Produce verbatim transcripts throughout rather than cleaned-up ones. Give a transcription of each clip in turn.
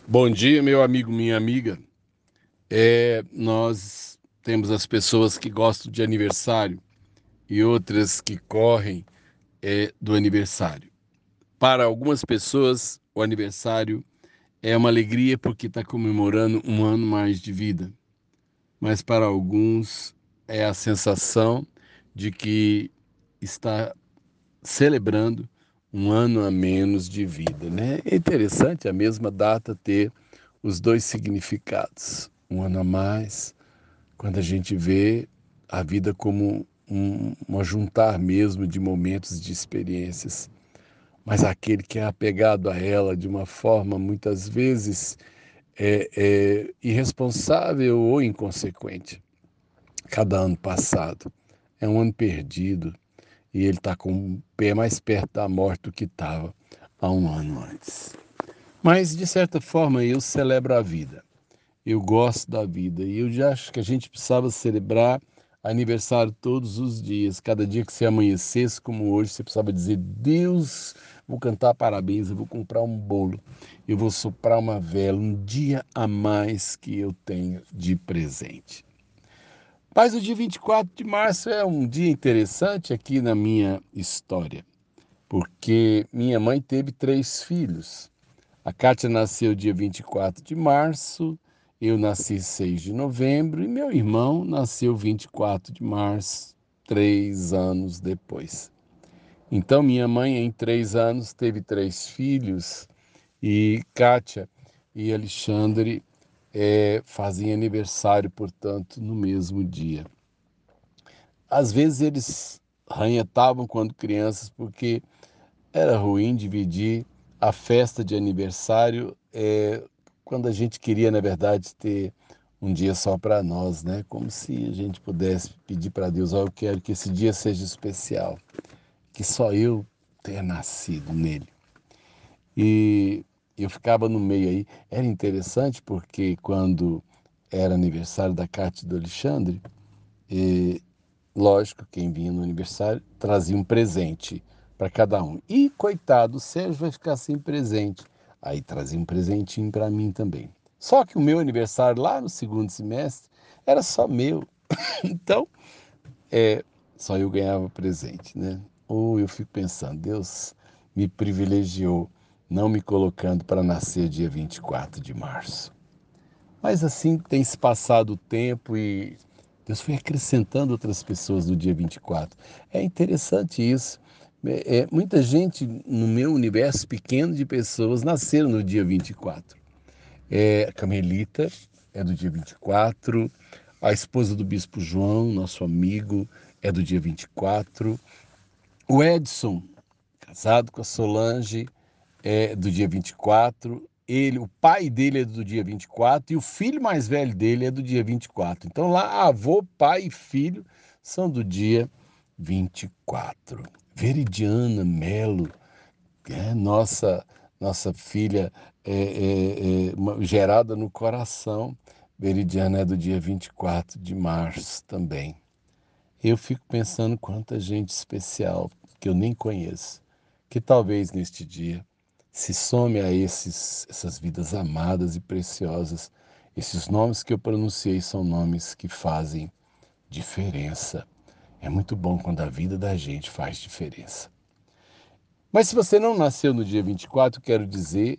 Bom dia, meu amigo, minha amiga. É, nós temos as pessoas que gostam de aniversário e outras que correm é, do aniversário. Para algumas pessoas, o aniversário é uma alegria porque está comemorando um ano mais de vida, mas para alguns é a sensação de que está celebrando um ano a menos de vida, né? É interessante a mesma data ter os dois significados. Um ano a mais, quando a gente vê a vida como um, um juntar mesmo de momentos, de experiências. Mas aquele que é apegado a ela de uma forma muitas vezes é, é irresponsável ou inconsequente. Cada ano passado é um ano perdido e ele está com o pé mais perto da morte do que estava há um ano antes. Mas, de certa forma, eu celebro a vida. Eu gosto da vida e eu já acho que a gente precisava celebrar aniversário todos os dias. Cada dia que você amanhecesse, como hoje, você precisava dizer: Deus, vou cantar parabéns, eu vou comprar um bolo, eu vou soprar uma vela, um dia a mais que eu tenho de presente. Mas o dia vinte e quatro de março é um dia interessante aqui na minha história, porque minha mãe teve três filhos. A Kátia nasceu dia vinte e quatro de março, eu nasci seis de novembro e meu irmão nasceu vinte e quatro de março, três anos depois. Então, minha mãe, em três anos, teve três filhos e Kátia e Alexandre é, fazem aniversário, portanto, no mesmo dia. Às vezes eles ranhetavam quando crianças, porque era ruim dividir a festa de aniversário é, quando a gente queria, na verdade, ter um dia só para nós, né? Como se a gente pudesse pedir para Deus: oh, eu quero que esse dia seja especial, que só eu tenha nascido nele. E eu ficava no meio aí. Era interessante porque quando era aniversário da Cátia e do Alexandre, e, lógico, quem vinha no aniversário trazia um presente para cada um. E, coitado, o Sérgio vai ficar sem presente. Aí trazia um presentinho para mim também. Só que o meu aniversário, lá no segundo semestre, era só meu. Então, é, só eu ganhava presente, né? Ou eu fico pensando: Deus me privilegiou, não me colocando para nascer dia vinte e quatro de março. Mas assim tem se passado o tempo e Deus foi acrescentando outras pessoas no dia vinte e quatro. É interessante isso. É, é, muita gente no meu universo pequeno de pessoas nasceram no dia vinte e quatro. É, a Camelita é do dia vinte e quatro, a esposa do Bispo João, nosso amigo, é do dia vinte e quatro. O Edson, casado com a Solange, é do dia vinte e quatro. Ele, o pai dele é do dia vinte e quatro e o filho mais velho dele é do dia vinte e quatro. Então lá, avô, pai e filho são do dia vinte e quatro. Veridiana Melo, é, nossa, nossa filha é, é, é, uma- gerada no coração. Veridiana é do dia vinte e quatro de março também. Eu fico pensando quanta gente especial que eu nem conheço, que talvez neste dia se some a esses, essas vidas amadas e preciosas. Esses nomes que eu pronunciei são nomes que fazem diferença. É muito bom quando a vida da gente faz diferença. Mas se você não nasceu no dia vinte e quatro, quero dizer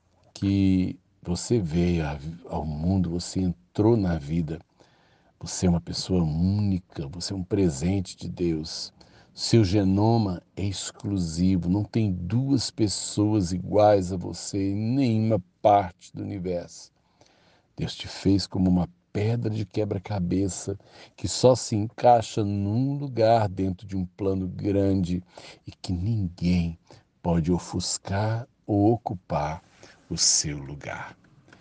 que você veio ao mundo, você entrou na vida. Você é uma pessoa única, você é um presente de Deus. Seu genoma é exclusivo, não tem duas pessoas iguais a você em nenhuma parte do universo. Deus te fez como uma pedra de quebra-cabeça que só se encaixa num lugar dentro de um plano grande e que ninguém pode ofuscar ou ocupar o seu lugar.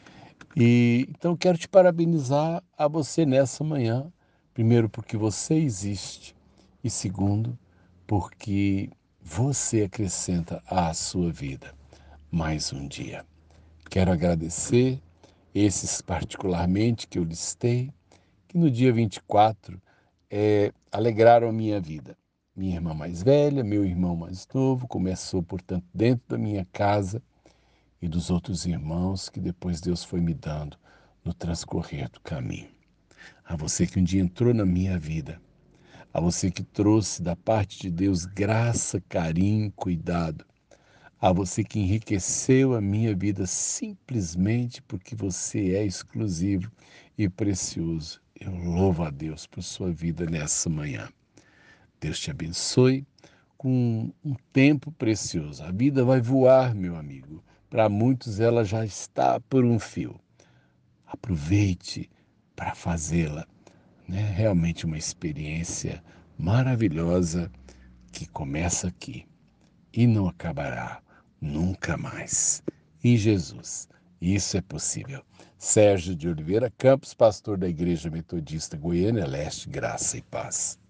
E então quero te parabenizar a você nessa manhã, primeiro porque você existe e segundo porque você acrescenta à sua vida mais um dia. Quero agradecer esses particularmente que eu listei, que no dia vinte e quatro é, alegraram a minha vida. Minha irmã mais velha, meu irmão mais novo, começou, portanto, dentro da minha casa e dos outros irmãos que depois Deus foi me dando no transcorrer do caminho. A você que um dia entrou na minha vida, a você que trouxe da parte de Deus graça, carinho, cuidado, a você que enriqueceu a minha vida simplesmente porque você é exclusivo e precioso. Eu louvo a Deus por sua vida nessa manhã. Deus te abençoe com um tempo precioso. A vida vai voar, meu amigo. Para muitos ela já está por um fio. Aproveite para fazê-la, né? Realmente uma experiência maravilhosa que começa aqui e não acabará nunca mais. Em Jesus, isso é possível. Sérgio de Oliveira Campos, pastor da Igreja Metodista Goiânia Leste, graça e paz.